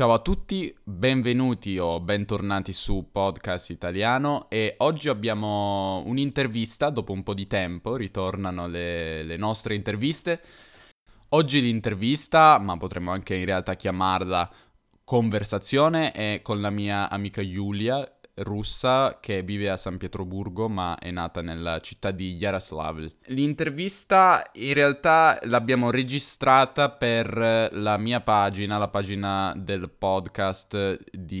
Ciao a tutti, benvenuti o bentornati su Podcast Italiano e oggi abbiamo un'intervista, dopo un po' di tempo ritornano le nostre interviste. Oggi l'intervista, ma potremmo anche in realtà chiamarla conversazione, è con la mia amica Giulia, russa, che vive a San Pietroburgo ma è nata nella città di Yaroslavl. L'intervista in realtà l'abbiamo registrata per la mia pagina, la pagina del podcast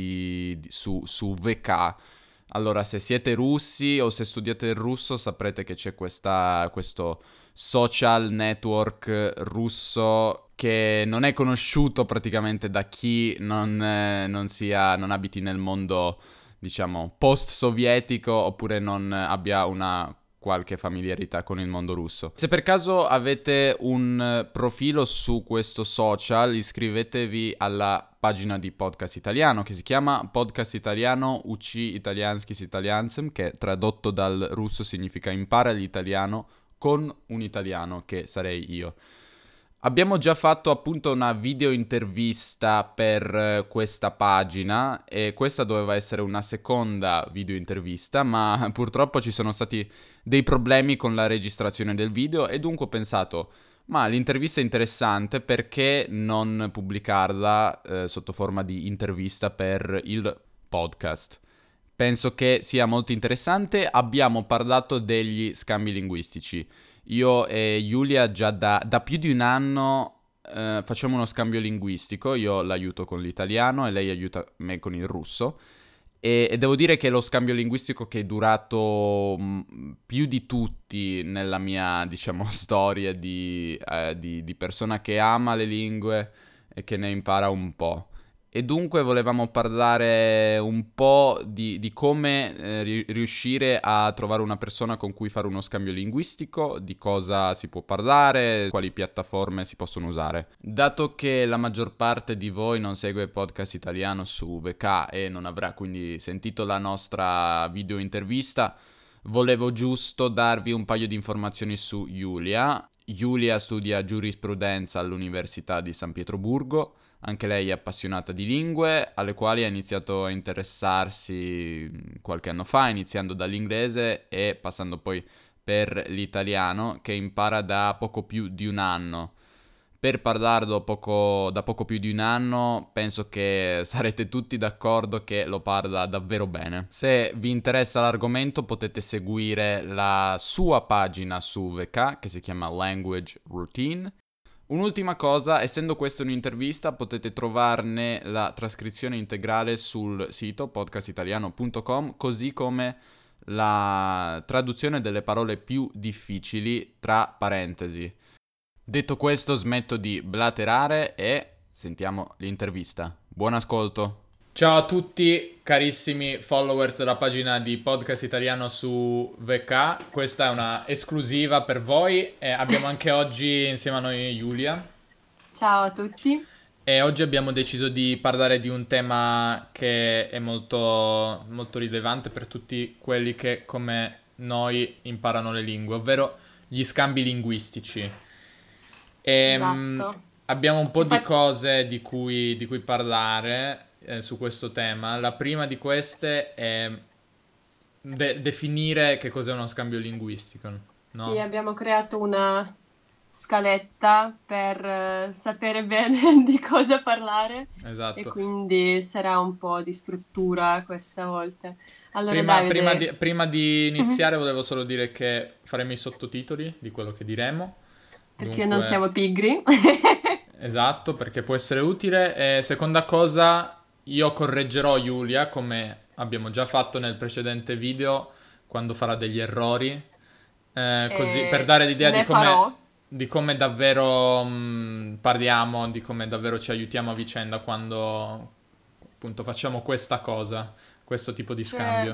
su VK. Allora, se siete russi o se studiate il russo saprete che c'è questo social network russo che non è conosciuto praticamente da chi non abiti nel mondo, diciamo, post-sovietico oppure non abbia una qualche familiarità con il mondo russo. Se per caso avete un profilo su questo social, iscrivetevi alla pagina di Podcast Italiano che si chiama Podcast Italiano Uči Italianski s Italiancem, che tradotto dal russo significa impara l'italiano con un italiano, che sarei io. Abbiamo già fatto appunto una video intervista per questa pagina e questa doveva essere una seconda video intervista, ma purtroppo ci sono stati dei problemi con la registrazione del video e dunque ho pensato, ma l'intervista è interessante, perché non pubblicarla sotto forma di intervista per il podcast? Penso che sia molto interessante. Abbiamo parlato degli scambi linguistici. Io e Giulia già da più di un anno facciamo uno scambio linguistico. Io l'aiuto con l'italiano e lei aiuta me con il russo. E devo dire che è lo scambio linguistico che è durato più di tutti nella mia, diciamo, storia di persona che ama le lingue e che ne impara un po'. E dunque volevamo parlare un po' di come riuscire a trovare una persona con cui fare uno scambio linguistico, di cosa si può parlare, quali piattaforme si possono usare. Dato che la maggior parte di voi non segue Podcast Italiano su VK e non avrà quindi sentito la nostra video intervista, volevo giusto darvi un paio di informazioni su Giulia. Giulia studia giurisprudenza all'Università di San Pietroburgo. Anche lei è appassionata di lingue, alle quali ha iniziato a interessarsi qualche anno fa, iniziando dall'inglese e passando poi per l'italiano, che impara da poco più di un anno. Per parlarlo da poco più di un anno, penso che sarete tutti d'accordo che lo parla davvero bene. Se vi interessa l'argomento, potete seguire la sua pagina su VK, che si chiama Language Routine. Un'ultima cosa, essendo questa un'intervista, potete trovarne la trascrizione integrale sul sito podcastitaliano.com, così come la traduzione delle parole più difficili tra parentesi. Detto questo, smetto di blaterare e sentiamo l'intervista. Buon ascolto! Ciao a tutti carissimi followers della pagina di Podcast Italiano su VK, questa è una esclusiva per voi e abbiamo anche oggi insieme a noi Giulia. Ciao a tutti. E oggi abbiamo deciso di parlare di un tema che è molto, molto rilevante per tutti quelli che come noi imparano le lingue, ovvero gli scambi linguistici. Esatto. Abbiamo un po' di Infatti, cose di cui parlare su questo tema. La prima di queste è definire che cos'è uno scambio linguistico, sì, no? abbiamo creato una scaletta per sapere bene di cosa parlare e Esatto. quindi sarà un po' di struttura questa volta. Allora, Prima Davide, prima di mhm, iniziare volevo solo dire che faremo i sottotitoli di quello che diremo. perché non Dunque, siamo pigri. esatto, perché può essere utile. E seconda cosa, io correggerò Giulia, come abbiamo già fatto nel precedente video, quando farà degli errori. Così per dare l'idea Ne farò. di come davvero parliamo, di come davvero ci aiutiamo a vicenda quando appunto facciamo questa cosa, questo tipo di Cioè, scambio.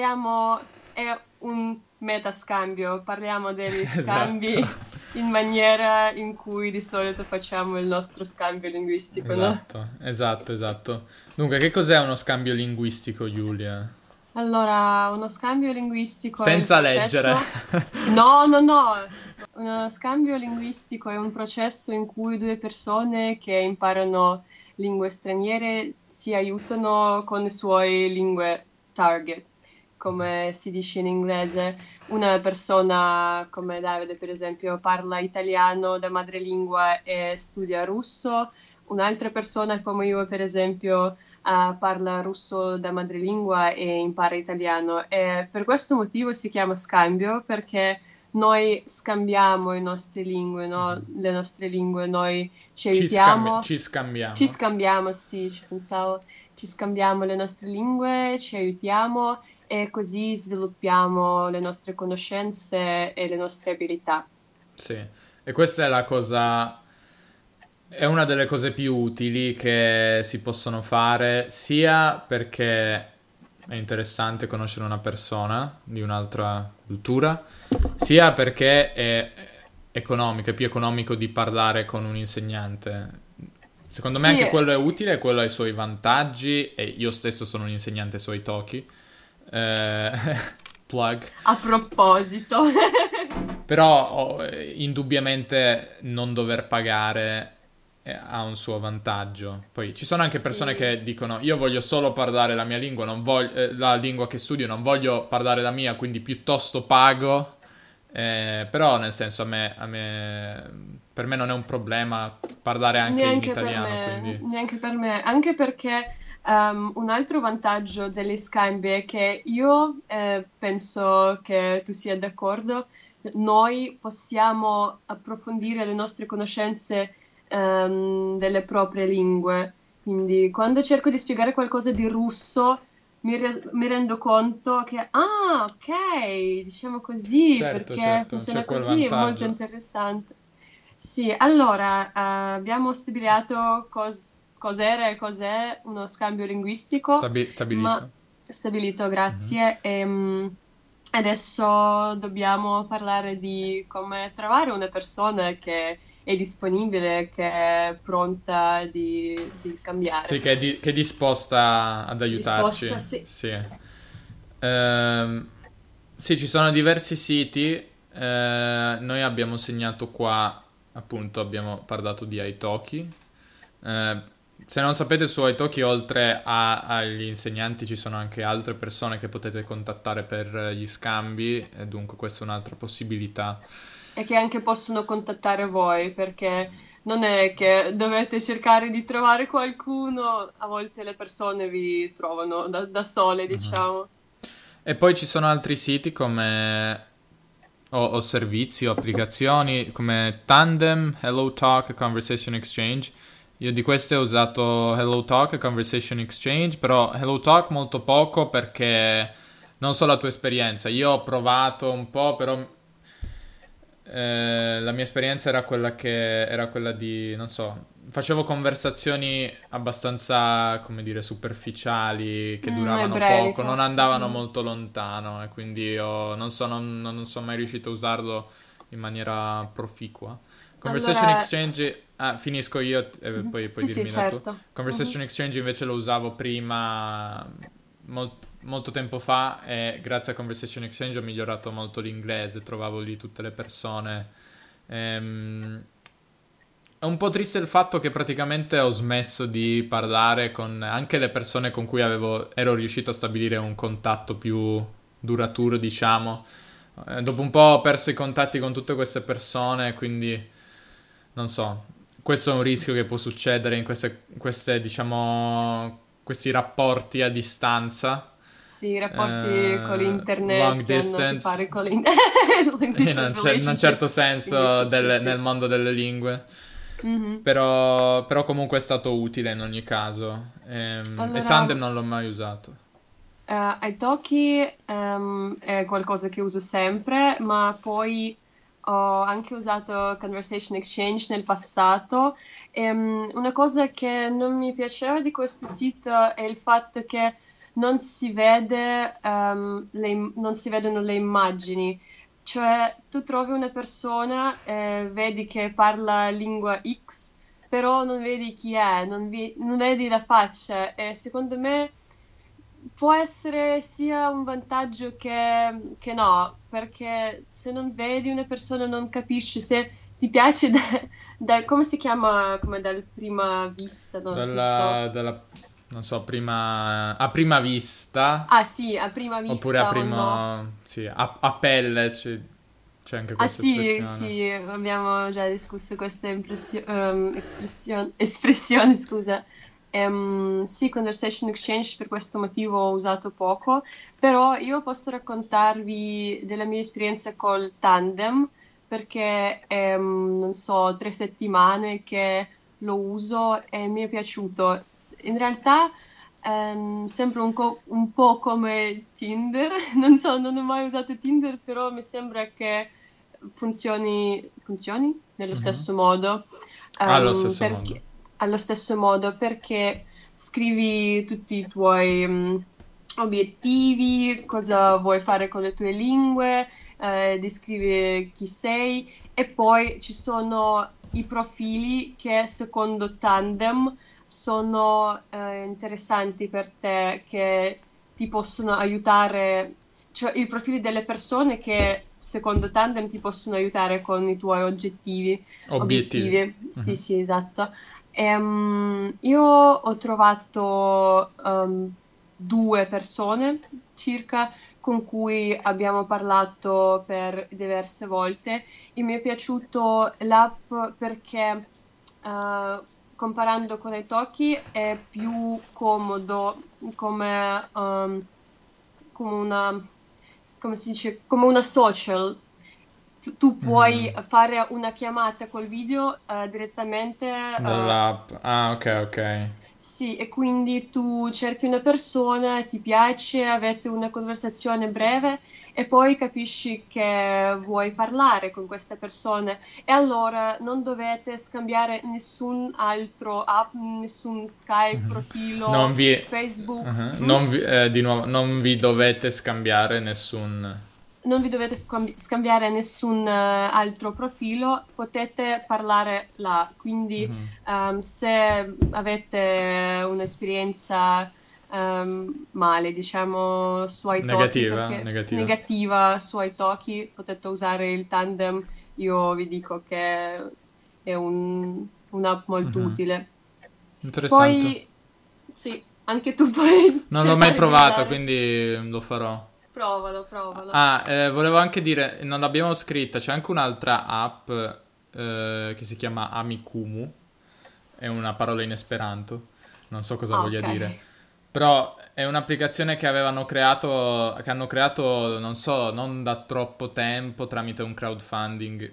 è un metascambio, parliamo degli Esatto, scambi in maniera in cui di solito facciamo il nostro scambio linguistico, no? esatto. Dunque, che cos'è uno scambio linguistico, Giulia? Allora, uno scambio linguistico è il Senza leggere. processo... No, no, no! Uno scambio linguistico è un processo in cui due persone che imparano lingue straniere si aiutano con le sue lingue target, come si dice in inglese. Una persona come Davide, per esempio, parla italiano da madrelingua e studia russo. Un'altra persona come io, per esempio, parla russo da madrelingua e impara italiano. E per questo motivo si chiama scambio, perché noi scambiamo le nostre lingue, no? Le nostre lingue, noi ci aiutiamo. Ci Ci scambiamo. scambiamo, sì, ci pensavo. Ci scambiamo le nostre lingue, ci aiutiamo e così sviluppiamo le nostre conoscenze e le nostre abilità. Sì, e questa è la cosa, è una delle cose più utili che si possono fare, sia perché è interessante conoscere una persona di un'altra cultura, sia perché è economico, è più economico di parlare con un insegnante. Secondo me Sì, anche quello è utile, quello ha i suoi vantaggi, e io stesso sono un insegnante su Italki. Eh, plug. a proposito. Però indubbiamente non dover pagare ha un suo vantaggio. Poi ci sono anche persone Sì. che dicono io voglio solo parlare la mia lingua, non voglio, la lingua che studio, non voglio parlare la mia, quindi piuttosto pago. Però nel senso per me non è un problema parlare anche in italiano, quindi Neanche per me, anche perché un altro vantaggio delle scambi è che io penso che tu sia d'accordo, noi possiamo approfondire le nostre conoscenze delle proprie lingue. Quindi quando cerco di spiegare qualcosa di russo, mi rendo conto che, ah, ok, diciamo così, certo, perché certo, funziona c'è quel così, è molto vantaggio interessante. Sì, allora abbiamo stabilito cos'era e cos'è uno scambio linguistico, ma stabilito. stabilito, Mhm. grazie. Adesso dobbiamo parlare di come trovare una persona che è disponibile, che è pronta di Sì, cambiare. che è disposta ad aiutarci. Disposta, sì. Sì. Sì, ci sono diversi siti. Noi abbiamo segnato qua, appunto, abbiamo parlato di Italki. Eh, Se non sapete, su Italki, oltre agli insegnanti, ci sono anche altre persone che potete contattare per gli scambi, e dunque questa è un'altra possibilità. E che anche possono contattare voi, perché non è che dovete cercare di trovare qualcuno, a volte le persone vi trovano da sole, Mhm. diciamo. E poi ci sono altri siti come o servizi o applicazioni come Tandem, HelloTalk e Conversation Exchange. Io di queste ho usato HelloTalk e Conversation Exchange, però HelloTalk molto poco perché non so la tua esperienza. Io ho provato un po', però la mia esperienza era quella di, non so, facevo conversazioni abbastanza, come dire, superficiali, che E duravano brevi poco, non forse. andavano molto lontano e quindi io non sono mai riuscito a usarlo in maniera proficua. Conversation Allora, Exchange, finisco io e poi puoi sì, sì, dirmi la tua. certo. Conversation Exchange invece lo usavo prima, molto tempo fa, e grazie a Conversation Exchange ho migliorato molto l'inglese, trovavo lì tutte le persone. È un po' triste il fatto che praticamente ho smesso di parlare con anche le persone con cui ero riuscito a stabilire un contatto più duraturo, diciamo. Dopo un po' ho perso i contatti con tutte queste persone, quindi non so. Questo è un rischio che può succedere in diciamo, questi rapporti a distanza, Sì, i rapporti con long l'internet hanno a che distance, fare con le long distance in un certo relationship senso linguistici, nel sì. mondo delle lingue. Mhm. Però comunque è stato utile in ogni caso. E Allora, Tandem non l'ho mai usato. Italki è qualcosa che uso sempre, ma poi ho anche usato Conversation Exchange nel passato. Una cosa che non mi piaceva di questo sito è il fatto che non si vede, non si vedono le immagini. Cioè, tu trovi una persona e vedi che parla lingua X, però non vedi chi è, non vedi la faccia e secondo me può essere sia un vantaggio che no, perché se non vedi una persona non capisci se ti piace come si chiama, come dal prima vista, non so. Non so, a prima vista, Ah sì, a prima oppure a vista o no? primo, sì, a pelle, c'è anche Ah questa sì, espressione. sì, abbiamo già discusso queste espressioni, scusa. Sì, conversation exchange per questo motivo ho usato poco, però io posso raccontarvi della mia esperienza col tandem, perché non so, 3 settimane che lo uso e mi è piaciuto. In realtà sembra un po' come Tinder, non so, non ho mai usato Tinder, però mi sembra che funzioni nello Mhm. stesso modo, Allo stesso modo. perché, allo stesso modo, perché scrivi tutti i tuoi obiettivi, cosa vuoi fare con le tue lingue, descrivi chi sei e poi ci sono i profili che secondo Tandem sono interessanti per te, che ti possono aiutare, cioè i profili delle persone che secondo Tandem ti possono aiutare con i tuoi Obiettivi. obiettivi. Sì, Mhm. sì, esatto. Io ho trovato 2 persone circa con cui abbiamo parlato per diverse volte e mi è piaciuto l'app perché comparando con Italki è più comodo come una, come si dice, come una social. Tu puoi Mhm. fare una chiamata col video direttamente. Dall'app. Ah, ok, ok. Sì, e quindi tu cerchi una persona, ti piace, avete una conversazione breve e poi capisci che vuoi parlare con questa persona e allora non dovete scambiare nessun altro app, nessun Skype, Mhm. Non profilo, vi, Facebook. mhm. Di nuovo, non vi dovete scambiare nessun... Non vi dovete scambiare nessun altro profilo, potete parlare là. Quindi Mhm. se avete un'esperienza male, diciamo, su Italki, Negativa, perché negativa. negativa su Italki, potete usare il tandem. Io vi dico che è un'app molto Mhm. utile. Interessante. Poi, sì, anche tu puoi Non l'ho mai cercare di provato, usare. quindi lo farò. Provalo, provalo. Ah, volevo anche dire, non l'abbiamo scritta, c'è anche un'altra app che si chiama Amikumu, è una parola in esperanto, non so cosa Ah, voglia ok. dire, però è un'applicazione che hanno creato, non so, non da troppo tempo tramite un crowdfunding.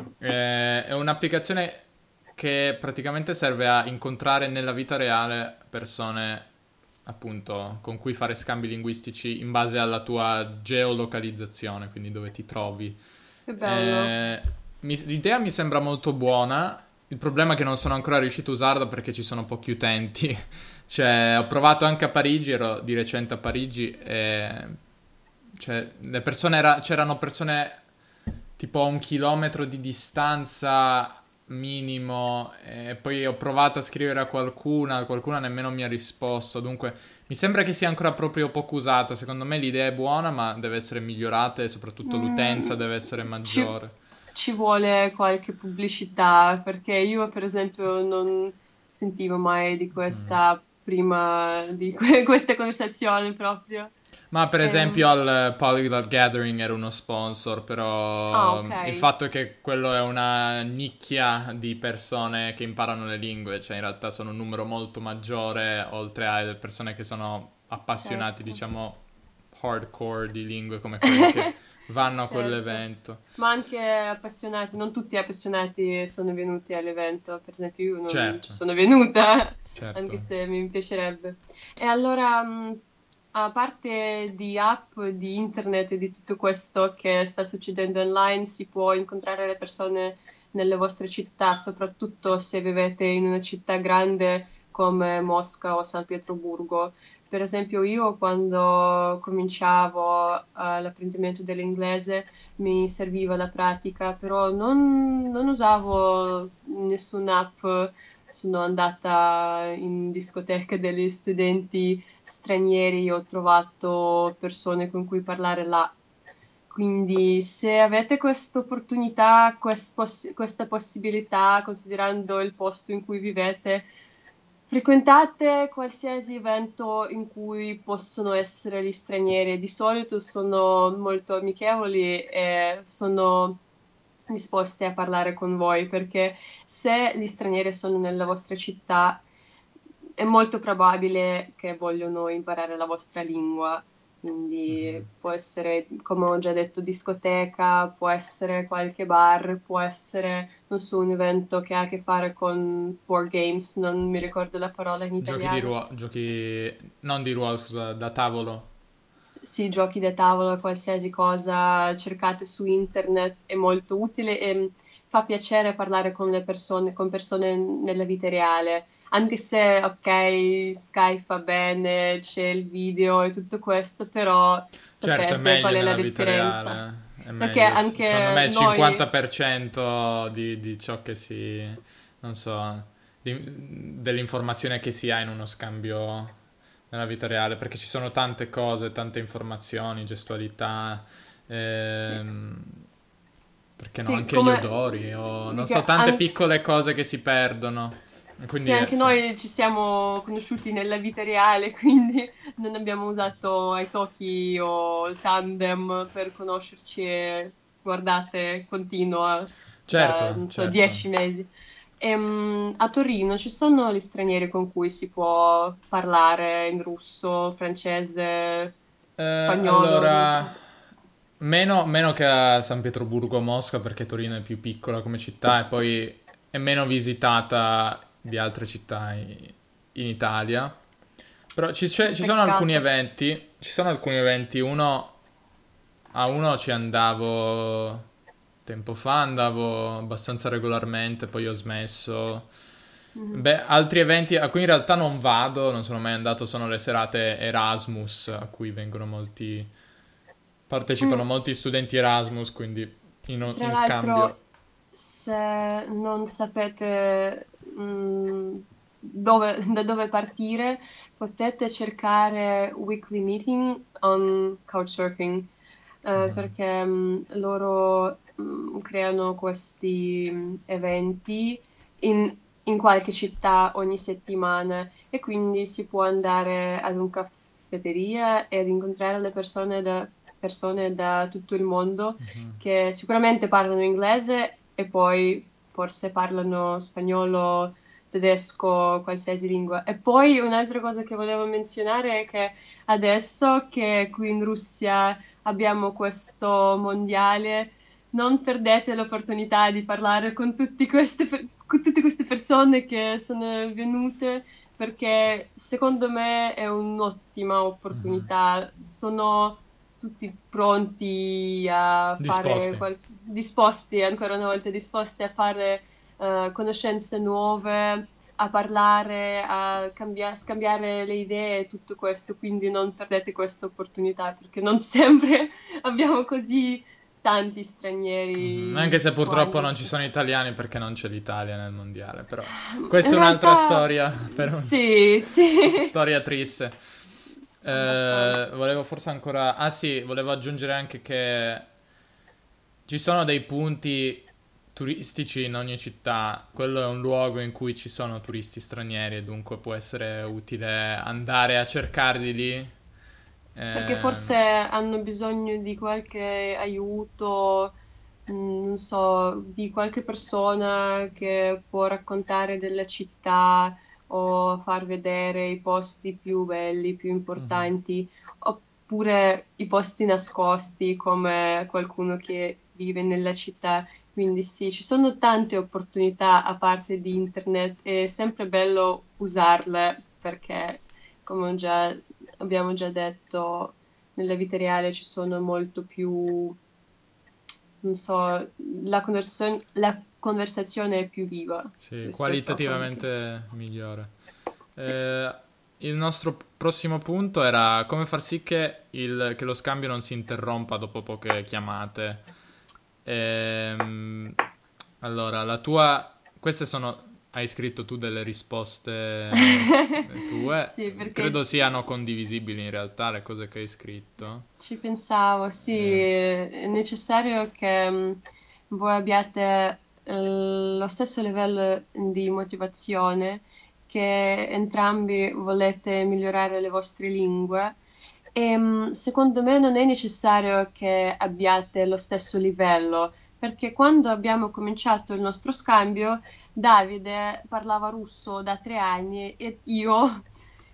È un'applicazione che praticamente serve a incontrare nella vita reale persone appunto con cui fare scambi linguistici in base alla tua geolocalizzazione, quindi dove ti trovi. Che bello. L'idea mi sembra molto buona, il problema è che non sono ancora riuscito a usarla perché ci sono pochi utenti. Cioè, ho provato anche a Parigi, ero di recente a Parigi e cioè, c'erano persone tipo a 1 chilometro di distanza minimo e poi ho provato a scrivere a qualcuna nemmeno mi ha risposto, dunque mi sembra che sia ancora proprio poco usata, secondo me l'idea è buona ma deve essere migliorata e soprattutto l'utenza Mm, deve essere ci, maggiore. ci vuole qualche pubblicità perché io, per esempio, non sentivo mai di Mhm. questa prima di queste conversazioni proprio. Ma per esempio Ehm, al Polyglot Gathering era uno sponsor, ah, però ok. il fatto è che quello è una nicchia di persone che imparano le lingue, cioè in realtà sono un numero molto maggiore, oltre alle persone che sono appassionati, Certo. diciamo, hardcore di lingue come quelli che vanno a Certo. quell'evento. Ma anche appassionati, non tutti appassionati sono venuti all'evento, per esempio io non ci Certo, sono venuta, anche certo. se mi piacerebbe. E allora, a parte di app, di internet e di tutto questo che sta succedendo online, si può incontrare le persone nelle vostre città, soprattutto se vivete in una città grande come Mosca o San Pietroburgo. Per esempio, io quando cominciavo l'apprendimento dell'inglese mi serviva la pratica, però non usavo nessuna app, sono andata in discoteca degli studenti stranieri, ho trovato persone con cui parlare là. Quindi se avete questa opportunità, questa possibilità, considerando il posto in cui vivete, frequentate qualsiasi evento in cui possono essere gli stranieri. Di solito sono molto amichevoli e sono disposti a parlare con voi, perché se gli stranieri sono nella vostra città, è molto probabile che vogliono imparare la vostra lingua. Quindi Mhm. può essere, come ho già detto, discoteca, può essere qualche bar, può essere, non so, un evento che ha a che fare con board games, non mi ricordo la parola in Giochi di italiano. ruolo, giochi non di ruolo, scusa, da tavolo. Sì, giochi da tavola, qualsiasi cosa cercate su internet è molto utile e fa piacere parlare con le persone, con persone nella vita reale. Anche se, ok, Skype va bene, c'è il video e tutto questo, però Certo, è sapete qual meglio è la nella vita differenza. reale, è Perché meglio. Secondo me anche il noi, 50% di ciò che non so, dell'informazione che si ha in uno scambio nella vita reale, perché ci sono tante cose, tante informazioni, gestualità, sì, ehm, perché no, sì, anche gli come odori, o non so, perché tante piccole cose che si perdono. E sì, quindi, anche sì. noi ci siamo conosciuti nella vita reale, quindi non abbiamo usato italki o il tandem per conoscerci e guardate, continua da, Certo, non so, certo. 10 mesi. A Torino ci sono gli stranieri con cui si può parlare in russo, francese, spagnolo, non Allora, so. meno che a San Pietroburgo o Mosca, perché Torino è più piccola come città e poi è meno visitata di altre città in Italia. Però ci sono alcuni Peccato. eventi, a uno ci andavo tempo fa, andavo abbastanza regolarmente, poi ho smesso. Mhm. Beh, altri eventi a cui in realtà non vado, non sono mai andato, sono le serate Erasmus, a cui partecipano Mm. molti studenti Erasmus, quindi Tra in scambio. l'altro, se non sapete da dove partire, potete cercare weekly meeting on Couchsurfing, Mhm. perché loro creano questi eventi in qualche città ogni settimana e quindi si può andare ad un caffetteria ed incontrare le persone da tutto il mondo Mhm. che sicuramente parlano inglese e poi forse parlano spagnolo, tedesco, qualsiasi lingua. E poi un'altra cosa che volevo menzionare è che adesso che qui in Russia abbiamo questo mondiale, non perdete l'opportunità di parlare con con tutte queste persone che sono venute perché secondo me è un'ottima Mhm. opportunità. Sono tutti pronti a fare, Disposti. disposti, ancora una volta disposti a fare conoscenze nuove, a parlare, a scambiare le idee e tutto questo, quindi non perdete questa opportunità perché non sempre abbiamo così tanti Mhm. Anche stranieri se qua in purtroppo non ci Russia. sono italiani perché non c'è l'Italia nel mondiale, però questa In è un'altra realtà storia sì, sì, storia triste. abbastanza. Volevo forse ancora... Ah sì, volevo aggiungere anche che ci sono dei punti turistici in ogni città. Quello è un luogo in cui ci sono turisti stranieri e dunque può essere utile andare a cercarli lì. Perché forse Ehm, hanno bisogno di qualche aiuto, non so, di qualche persona che può raccontare della città o far vedere i posti più belli, più mhm. importanti, oppure i posti nascosti come qualcuno che vive nella città. Quindi sì, ci sono tante opportunità a parte di internet, è sempre bello usarle perché, come abbiamo già detto, nella vita reale ci sono molto più, non so, la conversazione è più viva Sì, rispetto a quello che... qualitativamente migliore. Sì. Eh, il nostro prossimo punto era come far sì che, che lo scambio non si interrompa dopo poche chiamate. Ehm, allora, queste sono hai scritto tu delle risposte tue. Sì, perché Credo siano condivisibili in realtà le cose che hai scritto. ci pensavo, sì, Eh, è necessario che voi abbiate lo stesso livello di motivazione, che entrambi volete migliorare le vostre lingue. E secondo me non è necessario che abbiate lo stesso livello, perché quando abbiamo cominciato il nostro scambio, Davide parlava russo da 3 anni e io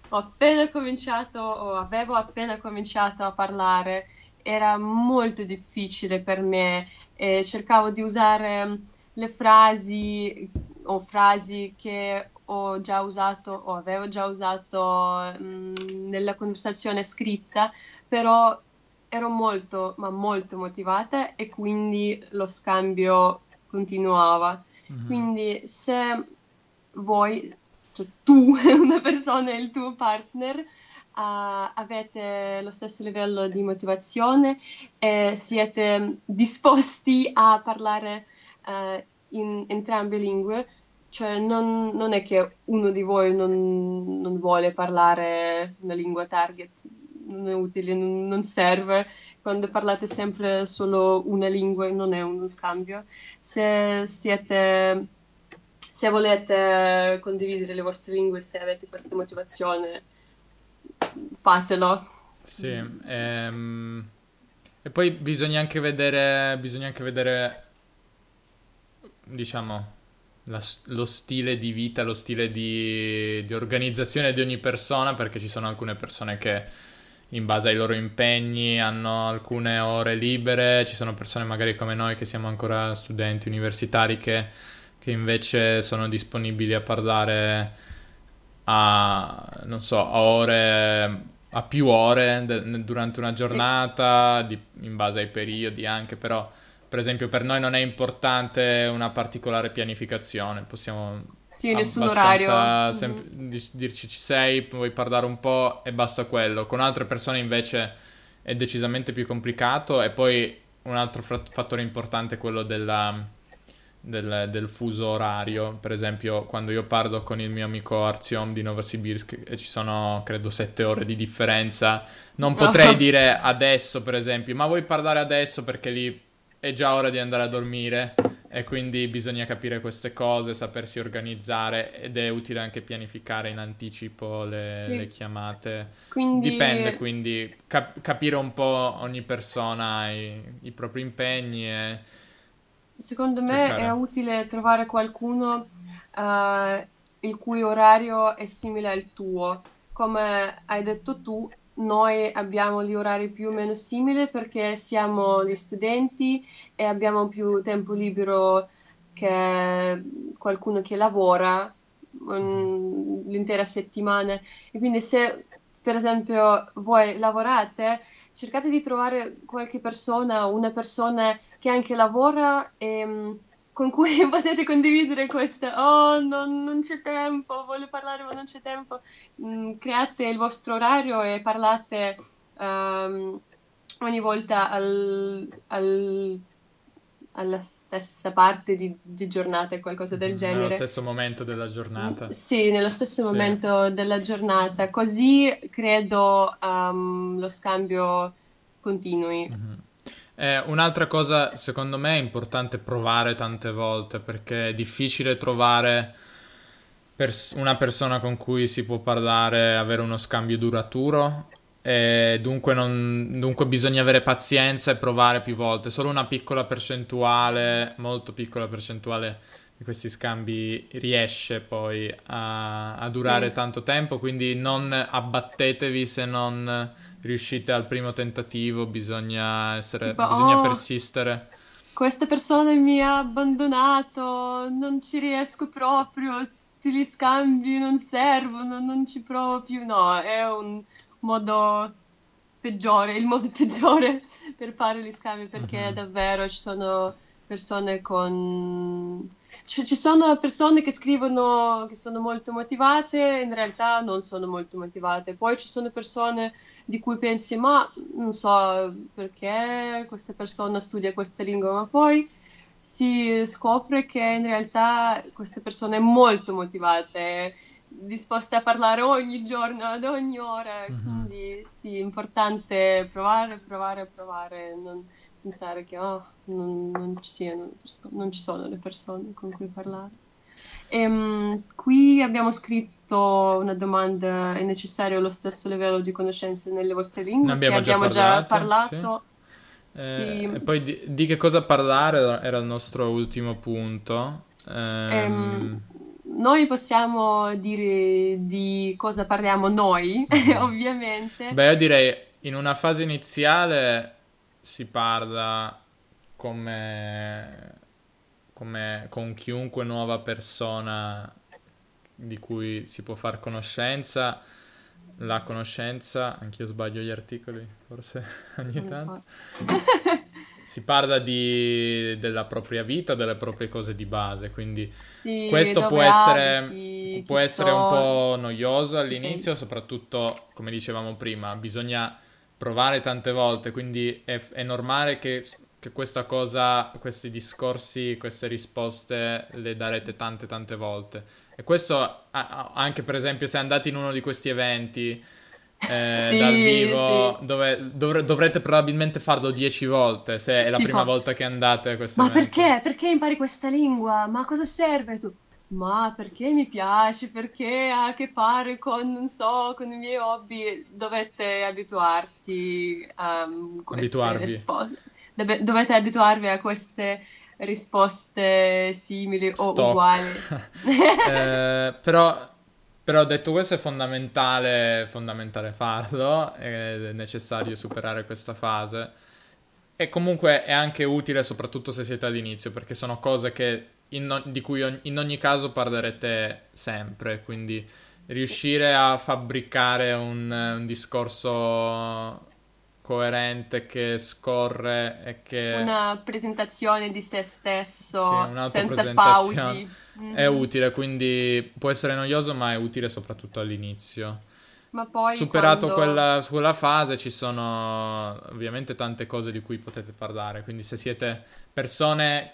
avevo appena cominciato a parlare. Era molto difficile per me e cercavo di usare le frasi o frasi che ho già usato o avevo già usato nella conversazione scritta, però ero molto, ma molto motivata e quindi lo scambio continuava. mhm. Quindi se voi, cioè tu, una persona e il tuo partner, avete lo stesso livello di motivazione e siete disposti a parlare in entrambe le lingue, cioè non è che uno di voi non vuole parlare una lingua target, non è utile, non serve. Quando parlate sempre solo una lingua non è uno scambio. Se siete, se volete condividere le vostre lingue, se avete questa motivazione, fatelo. Sì, e poi bisogna anche vedere, diciamo, lo stile di vita, lo stile di organizzazione di ogni persona, perché ci sono alcune persone che in base ai loro impegni hanno alcune ore libere, ci sono persone magari come noi che siamo ancora studenti universitari che invece sono disponibili a parlare a, non so, a ore, a più ore durante una Sì, giornata, in base ai periodi anche, però per esempio per noi non è importante una particolare pianificazione, possiamo sì, nessun orario. abbastanza Mhm. dirci ci sei, vuoi parlare un po' e basta quello. Con altre persone invece è decisamente più complicato e poi un altro fattore importante è quello del fuso orario. Per esempio, quando io parlo con il mio amico Artyom di Novosibirsk e ci sono, credo, 7 ore di differenza, non potrei dire adesso, per esempio, ma vuoi parlare adesso perché lì è già ora di andare a dormire e quindi bisogna capire queste cose, sapersi organizzare ed è utile anche pianificare in anticipo le Sì, chiamate. Dipende, quindi quindi capire un po' ogni persona i propri impegni e secondo me è cercare. utile trovare qualcuno il cui orario è simile al tuo. Come hai detto tu, noi abbiamo gli orari più o meno simili perché siamo gli studenti e abbiamo più tempo libero che qualcuno che lavora Mhm. l'intera settimana. E quindi se per esempio voi lavorate, cercate di trovare qualche persona, una persona che anche lavora e con cui potete condividere questo. Oh, non c'è tempo, voglio parlare, ma non c'è tempo. Create il vostro orario e parlate ehm, ogni volta alla stessa parte di giornata, qualcosa del Mhm. Nello genere. stesso momento della giornata. Sì, nello stesso Sì. momento della giornata, così credo lo scambio continui. Mhm. Un'altra cosa, secondo me, è importante provare tante volte perché è difficile trovare una persona con cui si può parlare, avere uno scambio duraturo. E dunque, dunque bisogna avere pazienza e provare più volte. Solo una piccola percentuale, molto piccola percentuale di questi scambi riesce poi a durare Sì, tanto tempo. Quindi non abbattetevi se non riuscite al primo tentativo, tipo, bisogna oh, persistere. questa persona mi ha abbandonato, non ci riesco proprio, tutti gli scambi non servono, non ci provo più. No, è un modo peggiore, il modo peggiore per fare gli scambi, perché Mhm. davvero ci sono persone ci sono persone che scrivono che sono molto motivate, in realtà non sono molto motivate. Poi ci sono persone di cui pensi, ma non so perché questa persona studia questa lingua, ma poi si scopre che in realtà questa persona è molto motivata, è disposta a parlare ogni giorno, ad ogni ora, Mhm. quindi sì, è importante provare, provare, provare, non pensare che non ci siano, non ci sono le persone con cui parlare. Qui abbiamo scritto una domanda: è necessario lo stesso livello di conoscenze nelle vostre Ne lingue? Che abbiamo già abbiamo già parlato, sì. parlato. Sì, E poi di che cosa parlare era il nostro ultimo punto. Ehm, noi possiamo dire di cosa parliamo noi, Mhm. ovviamente. Beh, io direi in una fase iniziale si parla come, con chiunque nuova persona di cui si può far conoscenza. La conoscenza, anch'io sbaglio gli articoli, forse ogni tanto. Infatti. Si parla della propria vita, delle proprie cose di base, quindi Sì, questo dove abiti, chi può essere un sono, po' noioso chi sei. all'inizio, soprattutto, come dicevamo prima, bisogna provare tante volte, quindi è normale che questa cosa, questi discorsi, queste risposte le darete tante tante volte. E questo anche per esempio se andate in uno di questi eventi dal Sì, sì. vivo, dovrete probabilmente farlo 10 volte se è la prima Tipo, volta che andate a questo ma evento. perché? Perché impari questa lingua? Ma a cosa serve? E tu, ma perché mi piace? Perché ha a che fare con, non so, con i miei hobby? Dovete abituarsi a queste Abituarvi. risposte. Dovete abituarvi a queste risposte simili o Stock. uguali. Però, però detto questo è fondamentale farlo, è necessario superare questa fase e comunque è anche utile soprattutto se siete all'inizio perché sono cose di cui in ogni caso parlerete sempre, quindi Sì. riuscire a fabbricare un discorso coerente che scorre e che Una presentazione di se sì, stesso senza un'autopresentazione pausi. è Mhm. utile, quindi può essere noioso, ma è utile soprattutto all'inizio. Ma poi Superato quando... quella fase, ci sono ovviamente tante cose di cui potete parlare. Quindi, se siete persone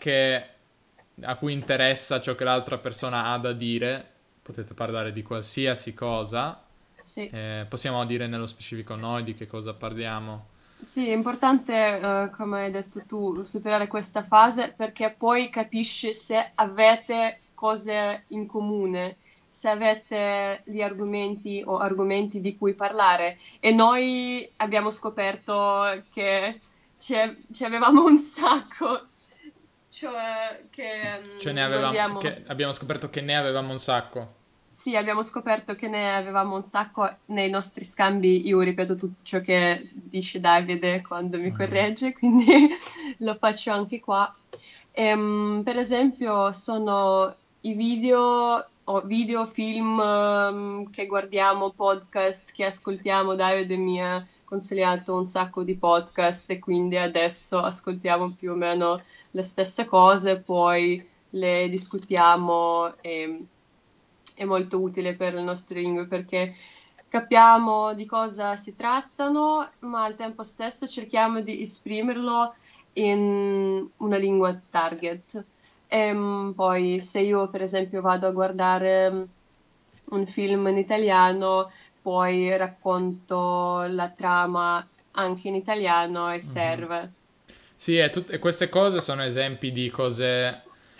a cui interessa ciò che l'altra persona ha da dire, potete parlare di qualsiasi cosa. Sì. Possiamo dire nello specifico noi di che cosa parliamo. Sì, è importante, come hai detto tu, superare questa fase perché poi capisci se avete cose in comune, se avete gli argomenti o argomenti di cui parlare. E noi abbiamo scoperto che ci avevamo un sacco, cioè che guardiamo. Che abbiamo scoperto che ne avevamo un sacco. Sì, abbiamo scoperto che ne avevamo un sacco nei nostri scambi. Io ripeto tutto ciò che dice Davide quando mi Mhm. corregge, quindi lo faccio anche qua. Per esempio, sono i video, film, che guardiamo, podcast che ascoltiamo. Davide mi ha consigliato un sacco di podcast e quindi adesso ascoltiamo più o meno le stesse cose, poi le discutiamo e è molto utile per le nostre lingue perché capiamo di cosa si trattano, ma al tempo stesso cerchiamo di esprimerlo in una lingua target. Poi se io per esempio vado a guardare un film in italiano, poi racconto la trama anche in italiano e Mhm. serve. Sì, e queste cose sono esempi di cose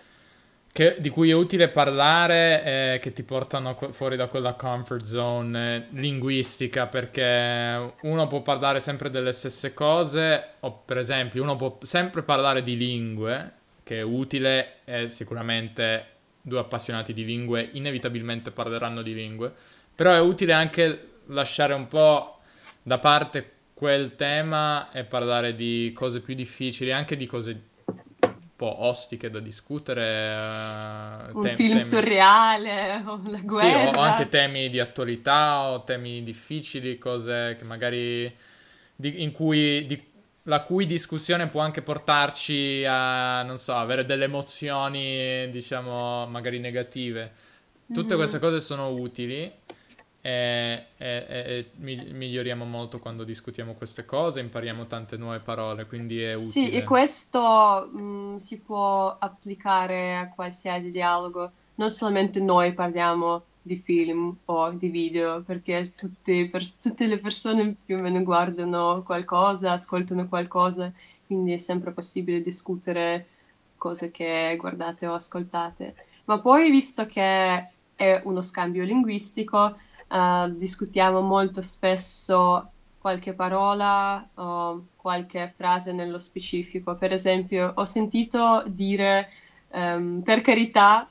di cui è utile parlare, che ti portano fuori da quella comfort zone linguistica, perché uno può parlare sempre delle stesse cose, o per esempio uno può sempre parlare di lingue, che è utile e sicuramente due appassionati di lingue inevitabilmente parleranno di lingue, però è utile anche lasciare un po' da parte quel tema e parlare di cose più difficili, anche di cose un po' ostiche da discutere, Un film temi... surreale o la Sì, o anche guerra. temi di attualità o temi difficili, cose che magari in cui la cui discussione può anche portarci a, non so, avere delle emozioni, diciamo, magari negative. Tutte queste Mhm. cose sono utili miglioriamo molto quando discutiamo queste cose, impariamo tante nuove parole, quindi è Sì, e utile. questo si può applicare a qualsiasi dialogo, non solamente noi parliamo di film o di video, perché tutte le persone più o meno guardano qualcosa, ascoltano qualcosa, quindi è sempre possibile discutere cose che guardate o ascoltate. Ma poi, visto che è uno scambio linguistico, discutiamo molto spesso qualche parola o qualche frase nello specifico. Per esempio, ho sentito dire per carità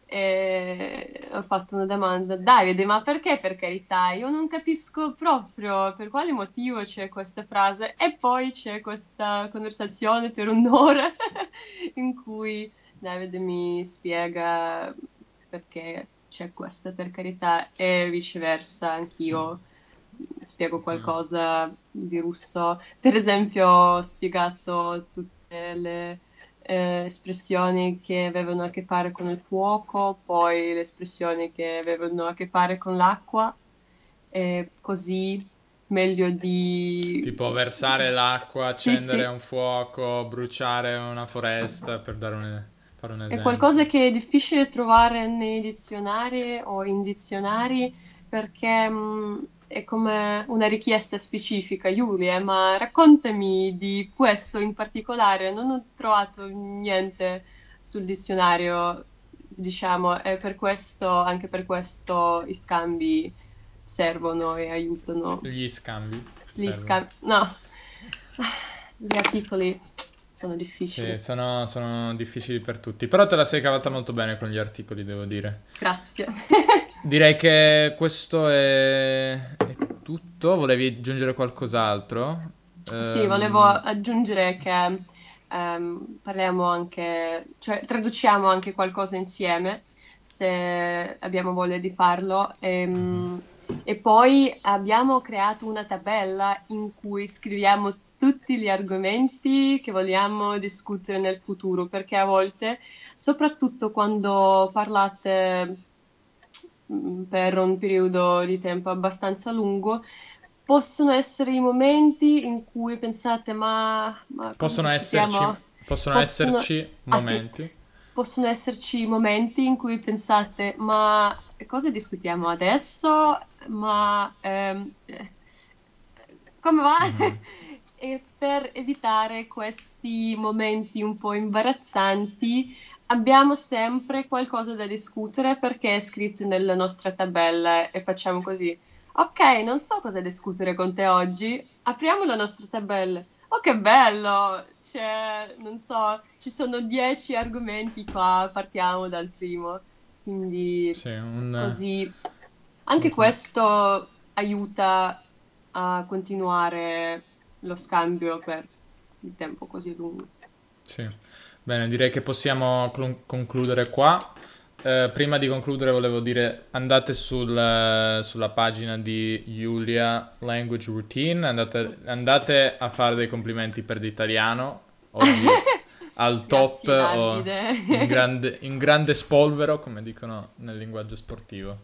e ho fatto una domanda, Davide, ma perché per carità? Io non capisco proprio per quale motivo c'è questa frase e poi c'è questa conversazione per un'ora in cui Davide mi spiega perché c'è questa per carità e viceversa, anch'io spiego Mm. qualcosa di russo. Per esempio, ho spiegato tutte le espressioni che avevano a che fare con il fuoco, poi le espressioni che avevano a che fare con l'acqua, e così meglio di... Tipo versare l'acqua, Sì, accendere sì. un fuoco, bruciare una foresta, per fare un È qualcosa esempio. che è difficile trovare nei dizionari o in dizionari perché è come una richiesta specifica. Giulia, ma raccontami di questo in particolare. Non ho trovato niente sul dizionario, diciamo, e per questo, anche per questo, i scambi servono e aiutano. Gli scambi Gli servono. scambi, no, gli articoli sono Sì, difficili. sono difficili per tutti, però te la sei cavata molto bene con gli articoli, devo dire. Grazie. Direi che questo è tutto. Volevi aggiungere qualcos'altro? Sì, volevo Ehm, aggiungere che parliamo anche, cioè traduciamo anche qualcosa insieme se abbiamo voglia di farlo. mhm. E poi abbiamo creato una tabella in cui scriviamo tutti gli argomenti che vogliamo discutere nel futuro, perché a volte, soprattutto quando parlate per un periodo di tempo abbastanza lungo, possono essere i momenti in cui pensate, ma cosa Possono esserci, discutiamo? possono Possono, esserci ah sì, momenti. possono esserci momenti in cui pensate, ma cosa discutiamo adesso? Ma come va? Mhm. E per evitare questi momenti un po' imbarazzanti, abbiamo sempre qualcosa da discutere perché è scritto nella nostra tabella e facciamo così. Ok, non so cosa discutere con te oggi. Apriamo la nostra tabella. Oh, che bello! C'è, non so, ci sono 10 argomenti qua, partiamo dal primo. Quindi Sì, un... così anche un- questo aiuta a continuare lo scambio per il tempo così lungo. Sì, bene, direi che possiamo concludere qua. Prima di concludere volevo dire andate sulla pagina di Julia Language Routine, andate a fare dei complimenti per l'italiano, oggi al top Grazie o Davide. in grande spolvero, come dicono nel linguaggio sportivo.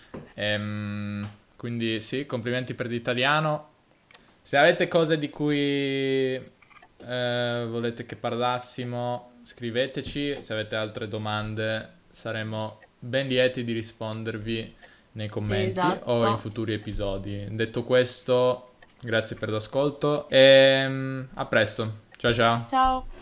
Quindi sì, complimenti per l'italiano. Se avete cose di cui volete che parlassimo, scriveteci. Se avete altre domande, saremo ben lieti di rispondervi nei Sì, commenti o in esatto. futuri episodi. Detto questo, grazie per l'ascolto e a presto. Ciao ciao. Ciao.